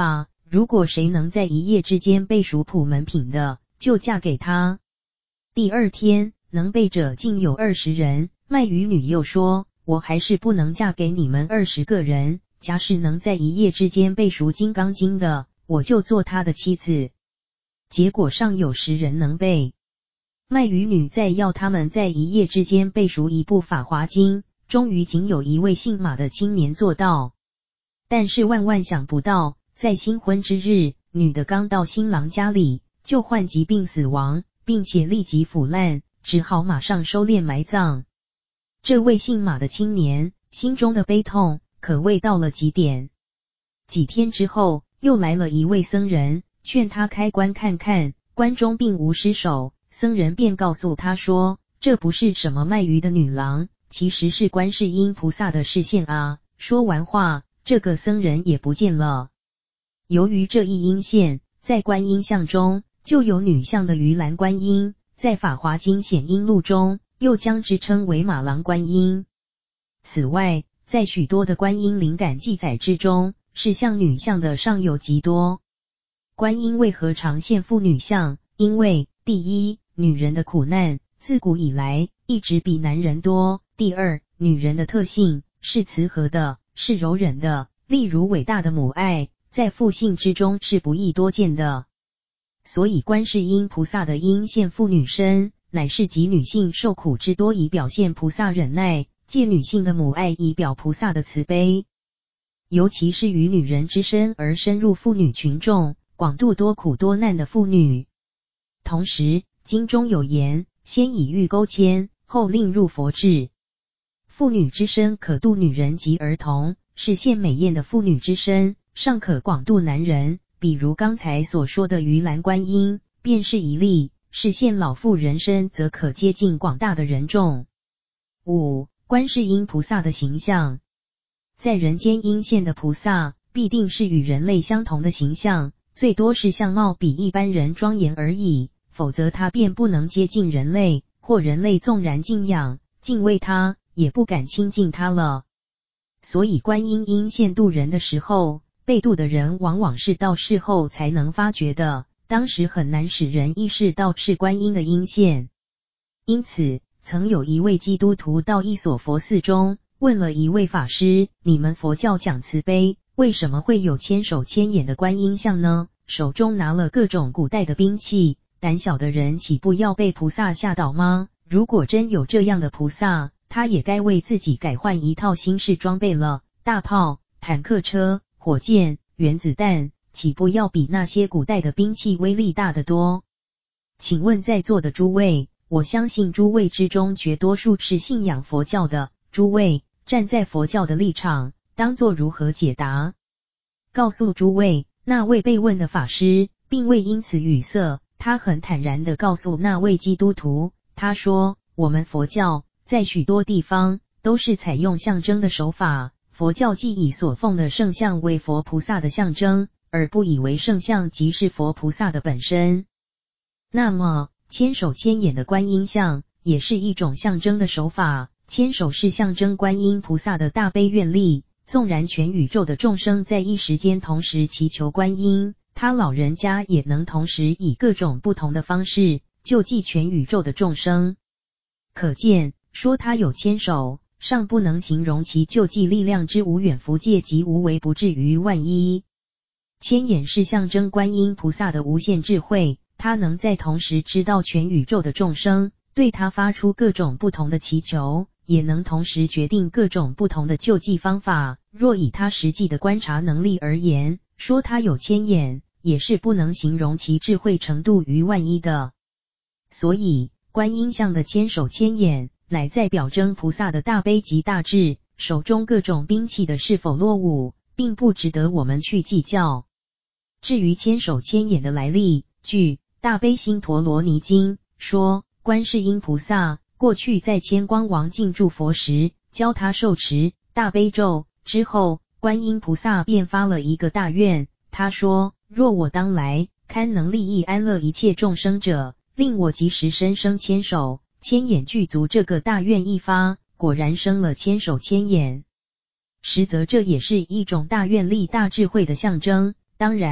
如果谁能在一夜之间背熟谱门品的，就嫁给他。第二天，能背者竟有20人。卖鱼女又说，我还是不能嫁给你们20个人，假使能在一夜之间背熟《金刚经》的，我就做他的妻子。结果尚有10人能背。卖鱼女再要他们在一夜之间背熟一部《法华经》，终于仅有一位姓马的青年做到。但是万万想不到，在新婚之日，女的刚到新郎家里，就患疾病死亡，并且立即腐烂，只好马上收敛埋葬。这位姓马的青年心中的悲痛可谓到了极点。几天之后，又来了一位僧人，劝他开棺看看，棺中并无尸首。僧人便告诉他说，这不是什么卖鱼的女郎，其实是观世音菩萨的视线啊。说完话，这个僧人也不见了。由于这一阴线，在观音像中就有女像的鱼篮观音，在法华经显音录中又将之称为马郎观音。此外，在许多的观音灵感记载之中，是像女像的尚有极多。观音为何常现妇女像？因为第一，女人的苦难自古以来一直比男人多。第二，女人的特性是慈和的，是柔忍的，例如伟大的母爱，在妇性之中是不易多见的。所以观世音菩萨的因现妇女身，乃是集女性受苦之多以表现菩萨忍耐，借女性的母爱以表菩萨的慈悲。尤其是于女人之身而深入妇女群众，广度多苦多难的妇女。同时经中有言，先以欲钩牵，后令入佛智。妇女之身可度女人及儿童，是现美艳的妇女之身，尚可广度男人，比如刚才所说的鱼篮观音，便是一例。是现老妇人身，则可接近广大的人众。5. 观世音菩萨的形象。在人间因现的菩萨，必定是与人类相同的形象，最多是相貌比一般人庄严而已，否则他便不能接近人类，或人类纵然敬仰、敬畏他，也不敢亲近他了。所以观音因现度人的时候，被度的人往往是到事后才能发觉的，当时很难使人意识到是观音的因现。因此，曾有一位基督徒到一所佛寺中，问了一位法师，你们佛教讲慈悲，为什么会有千手千眼的观音像呢？手中拿了各种古代的兵器，胆小的人岂不要被菩萨吓倒吗？如果真有这样的菩萨，他也该为自己改换一套新式装备了，大炮、坦克车、火箭、原子弹，岂不要比那些古代的兵器威力大得多？请问在座的诸位，我相信诸位之中绝多数是信仰佛教的，诸位站在佛教的立场，当作如何解答？告诉诸位，那位被问的法师并未因此语塞，他很坦然地告诉那位基督徒，他说，我们佛教在许多地方都是采用象征的手法，佛教既以所奉的圣像为佛菩萨的象征，而不以为圣像即是佛菩萨的本身。那么千手千眼的观音像也是一种象征的手法，千手是象征观音菩萨的大悲愿力，纵然全宇宙的众生在一时间同时祈求观音，他老人家也能同时以各种不同的方式救济全宇宙的众生。可见说他有千手，尚不能形容其救济力量之无远弗届及无微不至于万一。千眼是象征观音菩萨的无限智慧，他能在同时知道全宇宙的众生，对他发出各种不同的祈求，也能同时决定各种不同的救济方法。若以他实际的观察能力而言，说他有千眼，也是不能形容其智慧程度于万一的。所以观音像的千手千眼，乃在表征菩萨的大悲及大智，手中各种兵器的是否落伍，并不值得我们去计较。至于千手千眼的来历，据《大悲心陀罗尼经》说，观世音菩萨过去在千光王进驻佛时，教他受持大悲咒，之后观音菩萨便发了一个大愿，他说，若我当来堪能利益安乐一切众生者，令我即时身生千手千眼具足。这个大愿一发，果然生了千手千眼。实则这也是一种大愿力大智慧的象征。当然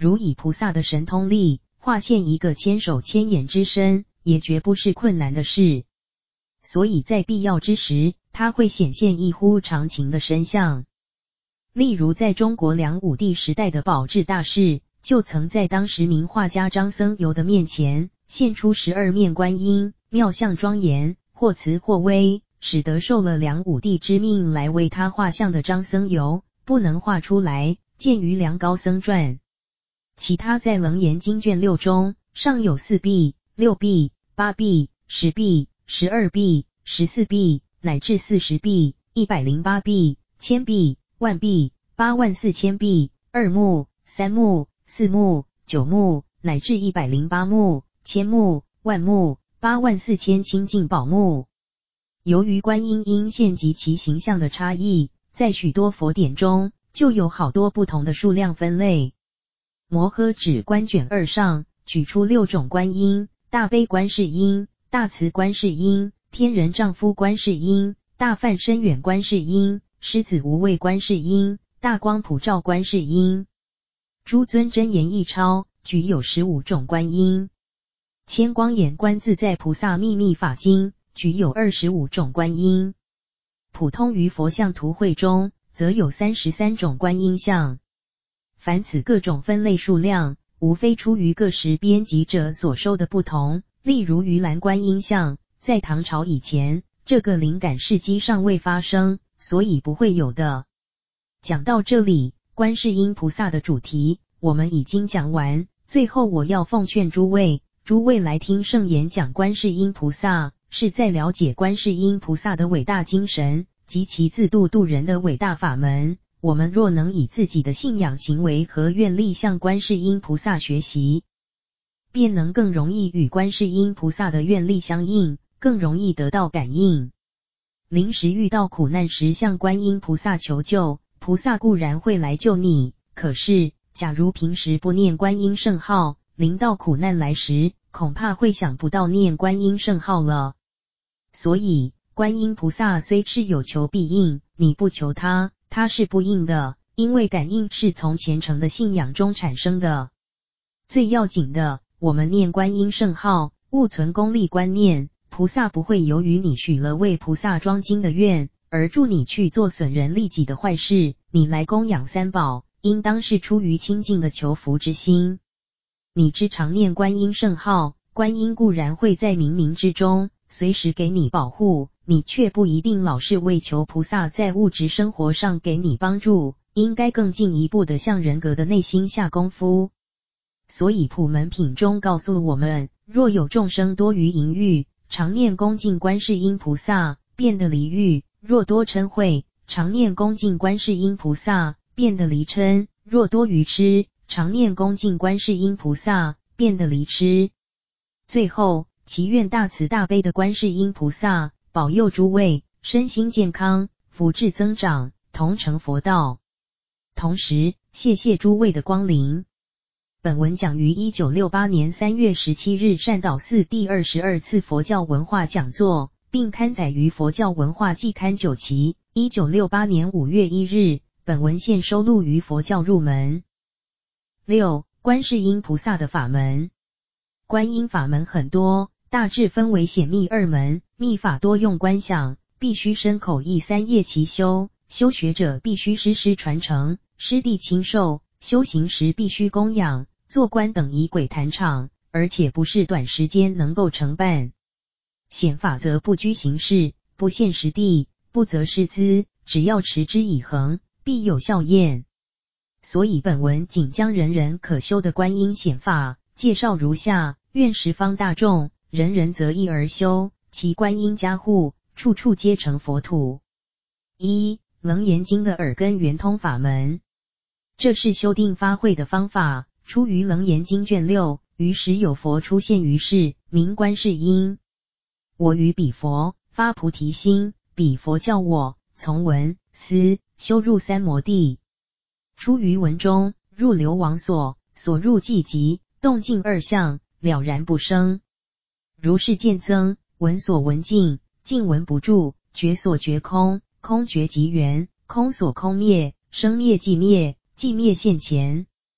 如以菩萨的神通力，化现一个千手千眼之身，也绝不是困难的事。所以在必要之时，他会显现异乎常情的身相。例如在中国梁武帝时代的宝志大士，就曾在当时名画家张僧繇的面前现出12面观音，妙相庄严，或慈或威，使得受了梁武帝之命来为他画像的张僧繇不能画出来，见于梁高僧传。其他在楞严经卷6中，尚有4臂、6臂、8臂、10臂、12臂、14臂，乃至40臂、108臂、1000臂、万臂、84000臂、2目、3目、4目、9目，乃至108目、1000目、万目、84000清净宝目。由于观音因现及其形象的差异，在许多佛典中就有好多不同的数量分类。摩诃止观卷2上举出6种观音：大悲观世音、大慈观世音、天人丈夫观世音、大梵深远观世音、狮子无畏观世音、大光普照观世音。诸尊真言义钞举有15种观音。千光眼观自在菩萨秘密法经举有25种观音。普通于佛像图绘中，则有33种观音像。凡此各种分类数量，无非出于各时编辑者所收的不同。例如盂兰观音像，在唐朝以前，这个灵感事迹尚未发生，所以不会有的。讲到这里，观世音菩萨的主题我们已经讲完，最后我要奉劝诸位来听圣言讲观世音菩萨，是在了解观世音菩萨的伟大精神及其自度度人的伟大法门。我们若能以自己的信仰行为和愿力向观世音菩萨学习，便能更容易与观世音菩萨的愿力相应，更容易得到感应。临时遇到苦难时向观音菩萨求救，菩萨固然会来救你，可是假如平时不念观音圣号，临到苦难来时，恐怕会想不到念观音圣号了。所以观音菩萨虽是有求必应，你不求他，他是不应的，因为感应是从虔诚的信仰中产生的。最要紧的，我们念观音圣号，勿存功利观念，菩萨不会由于你许了为菩萨装金的愿，而助你去做损人利己的坏事。你来供养三宝，应当是出于清净的求福之心。你之常念观音圣号，观音固然会在冥冥之中随时给你保护，你却不一定老是为求菩萨在物质生活上给你帮助，应该更进一步的向人格的内心下功夫。所以普门品中告诉我们，若有众生多于淫欲，常念恭敬观世音菩萨，便得离欲；若多嗔恚，常念恭敬观世音菩萨，便得离嗔；若多于痴，常念恭敬观世音菩萨，便得离痴。最后，祈愿大慈大悲的观世音菩萨保佑诸位身心健康，福智增长，同成佛道。同时，谢谢诸位的光临。本文讲于1968年3月17日善导寺第22次佛教文化讲座，并刊载于佛教文化季刊9期。1968年5月1日，本文现收录于佛教入门。6. 观世音菩萨的法门。观音法门很多，大致分为显密2门，密法多用观想，必须身口意3业齐修，修学者必须师师传承，师弟亲授，修行时必须供养，做官等仪轨坛场，而且不是短时间能够成办。显法则不拘形式，不限时地，不择师资，只要持之以恒，必有效验。所以本文仅将人人可修的观音显法介绍如下，愿十方大众人人择一而修，其观音加护，处处皆成佛土。1. 楞严经的耳根圆通法门。这是修定发慧的方法，出于楞严经卷6，于时有佛出现于世，名观世音。我于彼佛发菩提心，彼佛教我从闻思修入三摩地。出于文中，入流王所，所入寂极，动静二相，了然不生。如是渐增，闻所闻尽，尽闻不住，觉所觉空，空觉即圆，空所空灭，生灭即灭，即灭现前。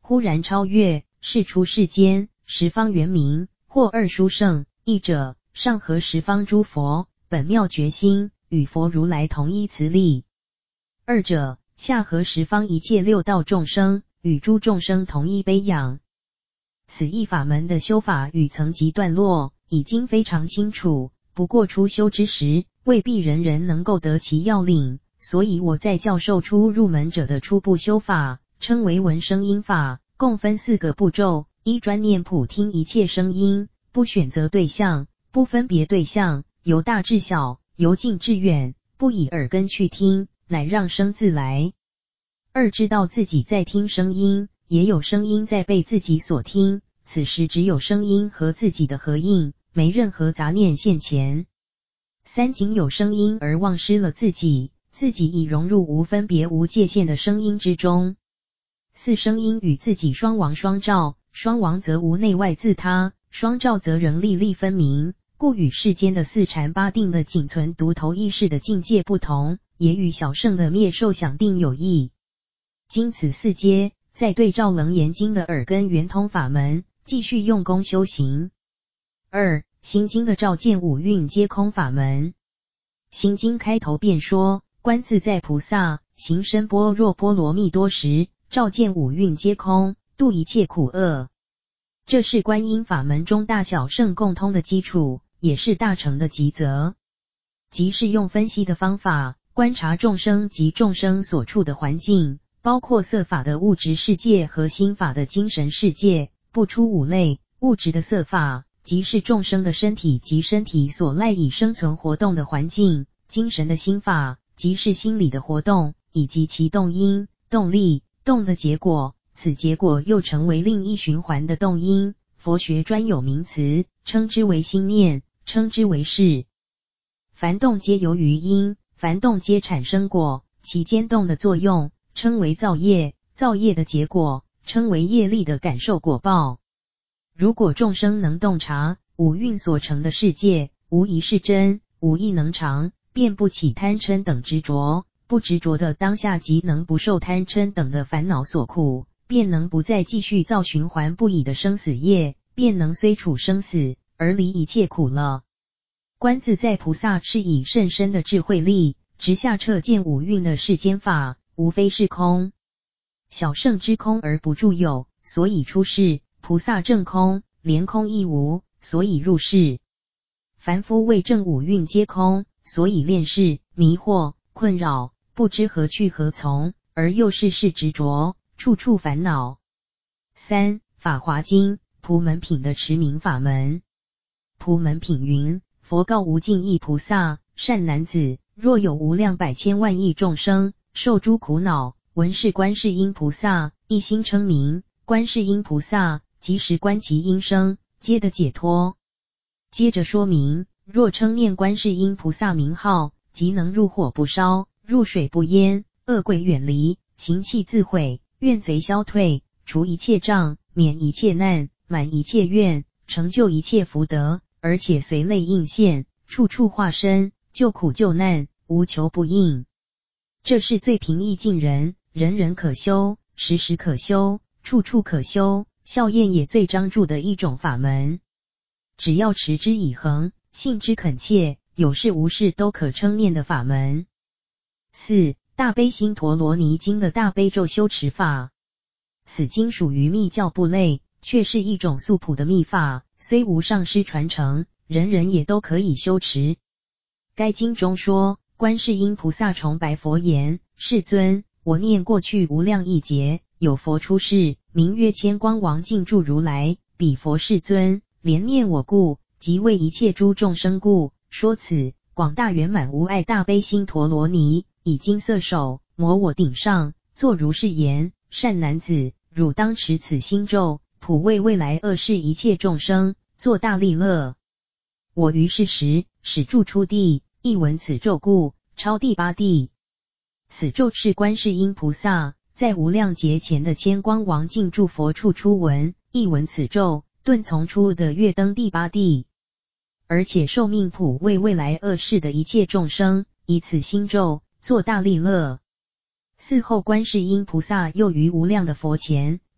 忽然超越，是出世间，十方圆明，或二殊胜。译者：上合十方诸佛，本妙觉心，与佛如来同一慈力；二者，下合十方一切六道众生，与诸众生同一悲仰。此一法门的修法与层级段落已经非常清楚，不过初修之时，未必人人能够得其要领，所以我在教授出入门者的初步修法，称为闻声音法，共分4个步骤：一、专念普听一切声音，不选择对象，不分别对象，由大至小，由近至远，不以耳根去听，乃让声自来。二、知道自己在听声音，也有声音在被自己所听，此时只有声音和自己的合应，没任何杂念现前。三、仅有声音而忘失了自己，自己已融入无分别无界限的声音之中。四、声音与自己双亡双照，双亡则无内外自他，双照则仍粒粒分明，故与世间的四禅八定的仅存独头意识的境界不同，也与小乘的灭受想定有异。经此4阶，再对照楞严经的耳根圆通法门，继续用功修行。二、心经的照见五蕴皆空法门。心经开头便说，观自在菩萨行深般若波罗蜜多时，照见五蕴皆空，度一切苦厄。这是观音法门中大小乘共通的基础，也是大乘的极则。即是用分析的方法，观察众生及众生所处的环境，包括色法的物质世界和心法的精神世界，不出5类。物质的色法，即是众生的身体及身体所赖以生存活动的环境；精神的心法，即是心理的活动，以及其动因、动力、动的结果，此结果又成为另一循环的动因。佛学专有名词，称之为心念，称之为事。凡动皆由于因，凡动皆产生果，其间动的作用称为造业，造业的结果称为业力的感受果报。如果众生能洞察五蕴所成的世界，无疑是真，无亦能常，便不起贪嗔等执着，不执着的当下即能不受贪嗔等的烦恼所苦，便能不再继续造循环不已的生死业，便能虽处生死，而离一切苦了。观自在菩萨是以甚深的智慧力，直下彻见五蕴的世间法，无非是空。小乘知空而不住有，所以出世；菩萨证空，连空亦无，所以入世。凡夫为证五蕴皆空，所以恋世、迷惑、困扰，不知何去何从，而又事事执着，处处烦恼。三、法华经普门品的持名法门。普门品云：佛告无尽意菩萨，善男子，若有无量百千万亿众生受诸苦恼，闻是观世音菩萨，一心称名，观世音菩萨即时观其音声，皆得解脱。接着说明，若称念观世音菩萨名号，即能入火不烧，入水不淹，恶鬼远离，行气自毁，怨贼消退，除一切障，免一切难，满一切愿，成就一切福德，而且随类应现，处处化身，救苦救难，无求不应。这是最平易近人，人人可修，时时可修，处处可修，效验也最彰著的一种法门。只要持之以恒，信之恳切，有事无事都可称念的法门。四、大悲心陀罗尼经的大悲咒修持法。此经属于密教部类，却是一种素朴的密法，虽无上师传承，人人也都可以修持。该经中说，观世音菩萨崇白佛言：世尊，我念过去无量亿劫，有佛出世，名曰千光王净住如来，彼佛世尊，怜念我故，即为一切诸众生故，说此广大圆满无碍大悲心陀罗尼，以金色手摩我顶上，作如是言：善男子，汝当持此心咒，普为未来恶世一切众生作大利乐。我于是时始住出地，亦闻此咒故，超第8地。此咒是观世音菩萨在无量劫前的千光王净住佛处初闻，亦闻此咒，顿从出的跃登第8地。而且受命普为未来恶世的一切众生，以此心咒作大利乐。嗣后观世音菩萨又于无量的佛前，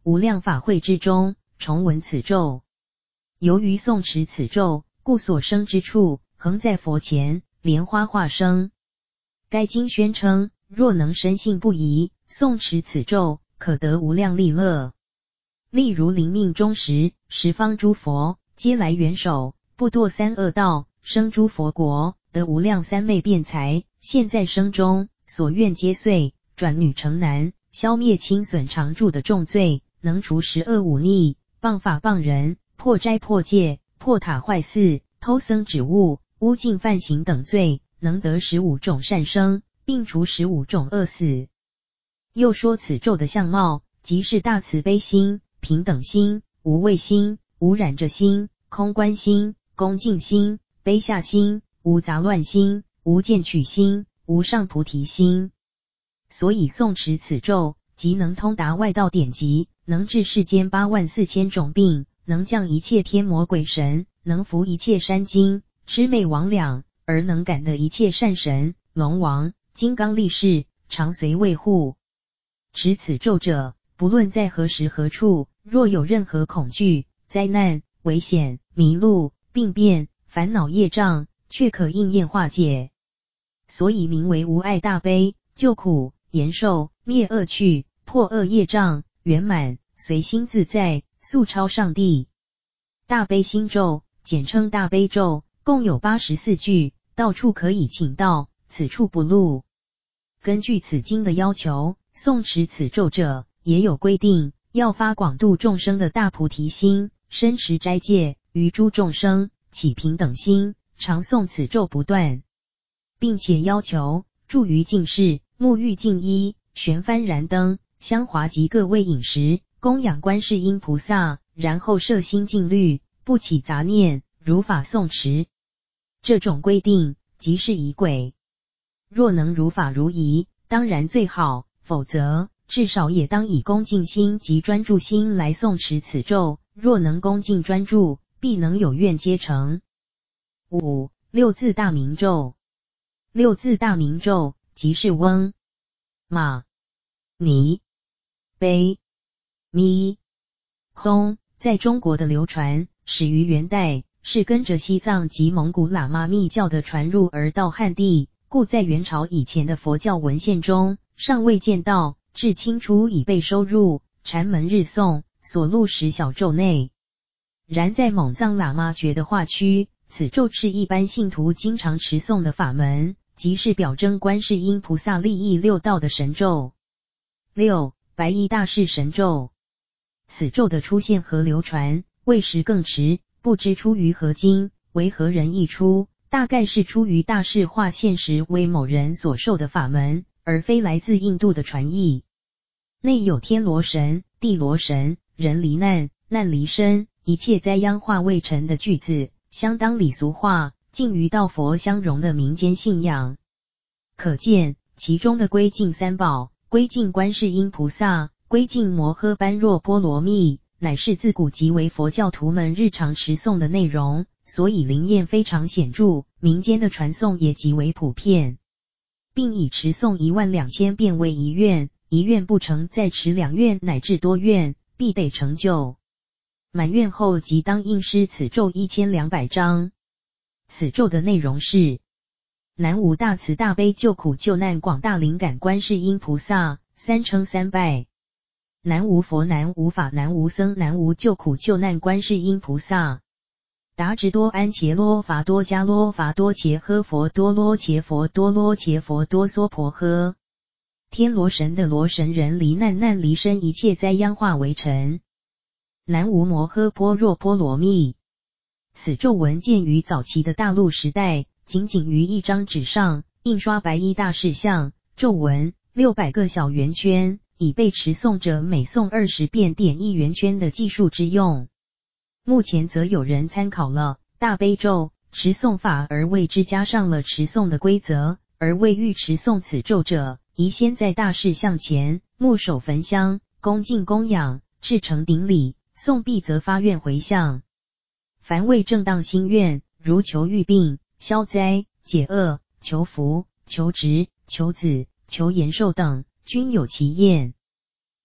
无量法会之中，重闻此咒。由于诵持此咒，故所生之处，恒在佛前，莲花化生。该经宣称，若能深信不疑，诵持此咒，可得无量利乐。例如临命终时，十方诸佛皆来援手，不堕三恶道，生诸佛国，得无量三昧辩才。现在生中，所愿皆遂，转女成男，消灭轻损常住的重罪，能除十恶忤逆，谤法谤人，破斋破戒，破塔坏寺，偷僧止物，污禁犯行等罪，能得15种善生，并除15种恶死。又说此咒的相貌，即是大慈悲心、平等心、无畏心、无染着心、空观心、恭敬心、卑下心、无杂乱心、无见取心、无上菩提心。所以诵持此咒，即能通达外道典籍，能治世间84000种病，能降一切天魔鬼神，能伏一切山精、魑魅魍魉，而能感得一切善神、龙王、金刚力士，常随卫护。持此咒者，不论在何时何处，若有任何恐惧、灾难、危险、迷路、病变、烦恼业障，却可应验化解。所以名为无碍大悲，救苦、延寿、灭恶趣、破恶业障、圆满、随心自在、速超上帝。大悲心咒，简称大悲咒，共有84句，到处可以请到，此处不录。根据此经的要求，诵持此咒者，也有规定，要发广度众生的大菩提心，深持斋戒，于诸众生起平等心，常诵此咒不断，并且要求住于净室，沐浴净衣，悬幡燃灯，香华及各位饮食，供养观世音菩萨，然后摄心静虑，不起杂念，如法诵持。这种规定即是仪轨。若能如法如仪，当然最好，否则至少也当以恭敬心及专注心来诵持此咒。若能恭敬专注，必能有愿皆成。5. 六字大明咒。六字大明咒即是嗡、嘛、尼、呗、咪、吽，在中国的流传始于元代，是跟着西藏及蒙古喇嘛密教的传入而到汉地，故在元朝以前的佛教文献中尚未见到，至清初已被收入禅门日诵所录10小咒内。然在蒙藏喇嘛觉的化区，此咒是一般信徒经常持诵的法门，即是表征观世音菩萨利益六道的神咒。6. 白衣大士神咒。此咒的出现和流传未时更迟，不知出于何经，为何人译出，大概是出于大士化现时为某人所受的法门，而非来自印度的传译。内有天罗神、地罗神、人离难、难离身、一切灾殃化未成的句子，相当礼俗化，近于道佛相融的民间信仰。可见其中的归敬三宝、归敬观世音菩萨、归敬摩诃般若波罗蜜，乃是自古即为佛教徒们日常持诵的内容，所以灵验非常显著，民间的传诵也极为普遍，并以持诵12000遍为一愿，一愿不成再持2愿乃至多愿，必得成就。满愿后即当印施此咒1200章。此咒的内容是：南无大慈大悲救苦救难广大灵感观世音菩萨，三称三拜。南无佛南无法南无僧南无救苦救难观世音菩萨。达直多安伽罗伐多迦罗伐多伽诃佛多罗伽佛多罗伽佛多娑婆诃。天罗神的罗神，人离难难离身，一切灾殃化为尘。南无摩诃般若波罗蜜。此咒文见于早期的大陆时代，仅仅于一张纸上印刷白衣大士像，咒文600个小圆圈，以被持诵者每诵20遍点一圆圈的计数之用。目前则有人参考了大悲咒持诵法，而为之加上了持诵的规则，而为欲持诵此咒者，宜先在大士像前木手焚香，恭敬供养，至诚顶礼，诵毕则发愿回向。凡为正当心愿，如求愈病、消灾、解厄、求福、求职、求子、求延寿等，均有其验。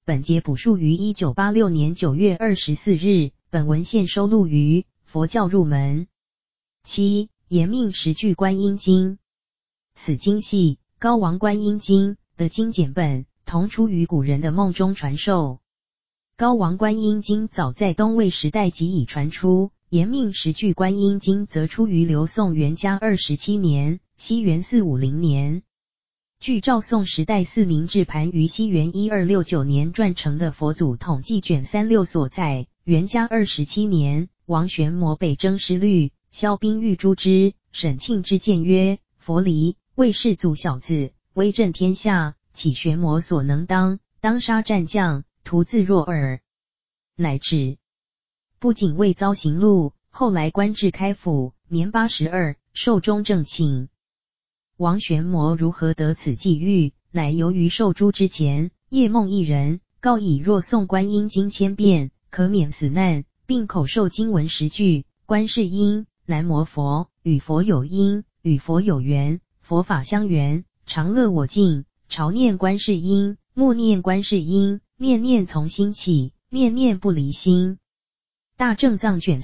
本节补述于1986年9月24日，本文献收录于佛教入门。7. 延命十句观音经。此经系高王观音经的经简本，同出于古人的梦中传授。高王观音经早在东魏时代即已传出，延命十句观音经则出于刘宋元嘉27年，西元450年。据赵宋时代四明志盘于西元1269年撰成的佛祖统计卷36所载，元嘉27年，王玄谟北征失律，萧兵欲诛之，沈庆之谏曰：佛离，为世祖小子，威震天下，岂玄谟所能当？当杀战将，徒自若耳。乃止。不仅未遭刑戮，后来官至开府，年82，寿终正寝。王玄谟如何得此际遇？乃由于受诛之前，夜梦一人，告以若诵观音经千遍，可免死难，并口授经文10句。观世音，南无佛，与佛有因，与佛有缘，佛法相缘，常乐我净。朝念观世音，默念观世音，念念从心起，念念不离心。大正藏卷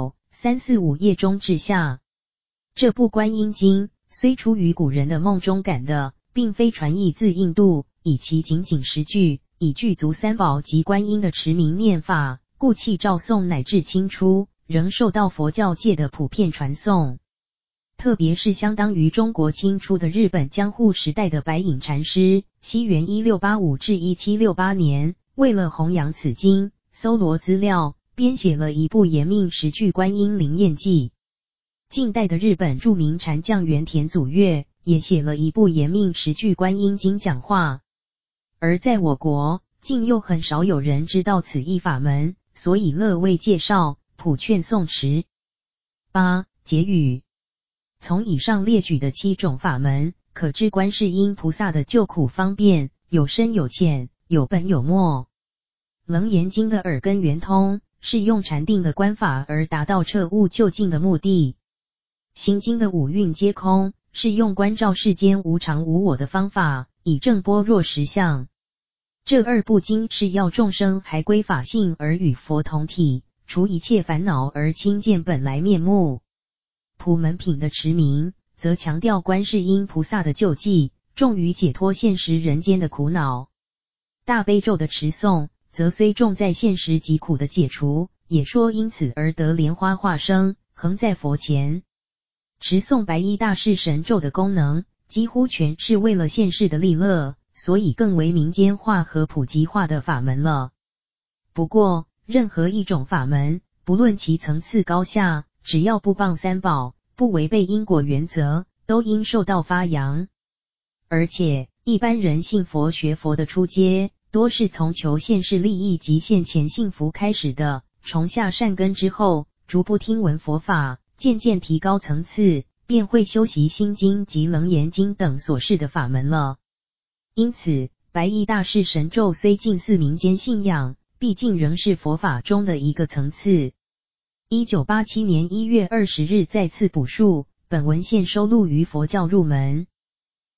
49、345页中至下。这部观音经虽出于古人的梦中感的，并非传译自印度，以其仅10句，以具足三宝及观音的持名念法，故弃赵宋乃至清初，仍受到佛教界的普遍传颂。特别是相当于中国清初的日本江户时代的白隐禅师，西元1685至1768年，为了弘扬此经，搜罗资料，编写了一部延命十句观音灵验记。近代的日本著名禅将原田祖岳也写了一部延命十句观音经讲话。而在我国，竟又很少有人知道此一法门，所以乐为介绍，普劝诵持。8. 结语。从以上列举的7种法门，可知观世音菩萨的救苦方便，有深有浅，有本有末。楞严经的耳根圆通，是用禅定的观法而达到彻悟究竟的目的。心经的五蕴皆空，是用观照世间无常无我的方法，以证般若实相。这2部经是要众生还归法性而与佛同体，除一切烦恼而亲见本来面目。普门品的持名，则强调观世音菩萨的救济，重于解脱现实人间的苦恼。大悲咒的持诵，则虽重在现实疾苦的解除，也说因此而得莲花化生，恒在佛前。持诵白衣大士神咒的功能，几乎全是为了现世的利乐，所以更为民间化和普及化的法门了。不过，任何一种法门，不论其层次高下，只要不谤三宝，不违背因果原则，都应受到发扬。而且，一般人信佛学佛的初阶，多是从求现世利益及现前幸福开始的，种下善根之后，逐步听闻佛法，渐渐提高层次，便会修习心经及楞严经等所示的法门了。因此，白衣大士神咒虽近似民间信仰，毕竟仍是佛法中的一个层次。1987年1月20日再次补述，本文献收录于佛教入门。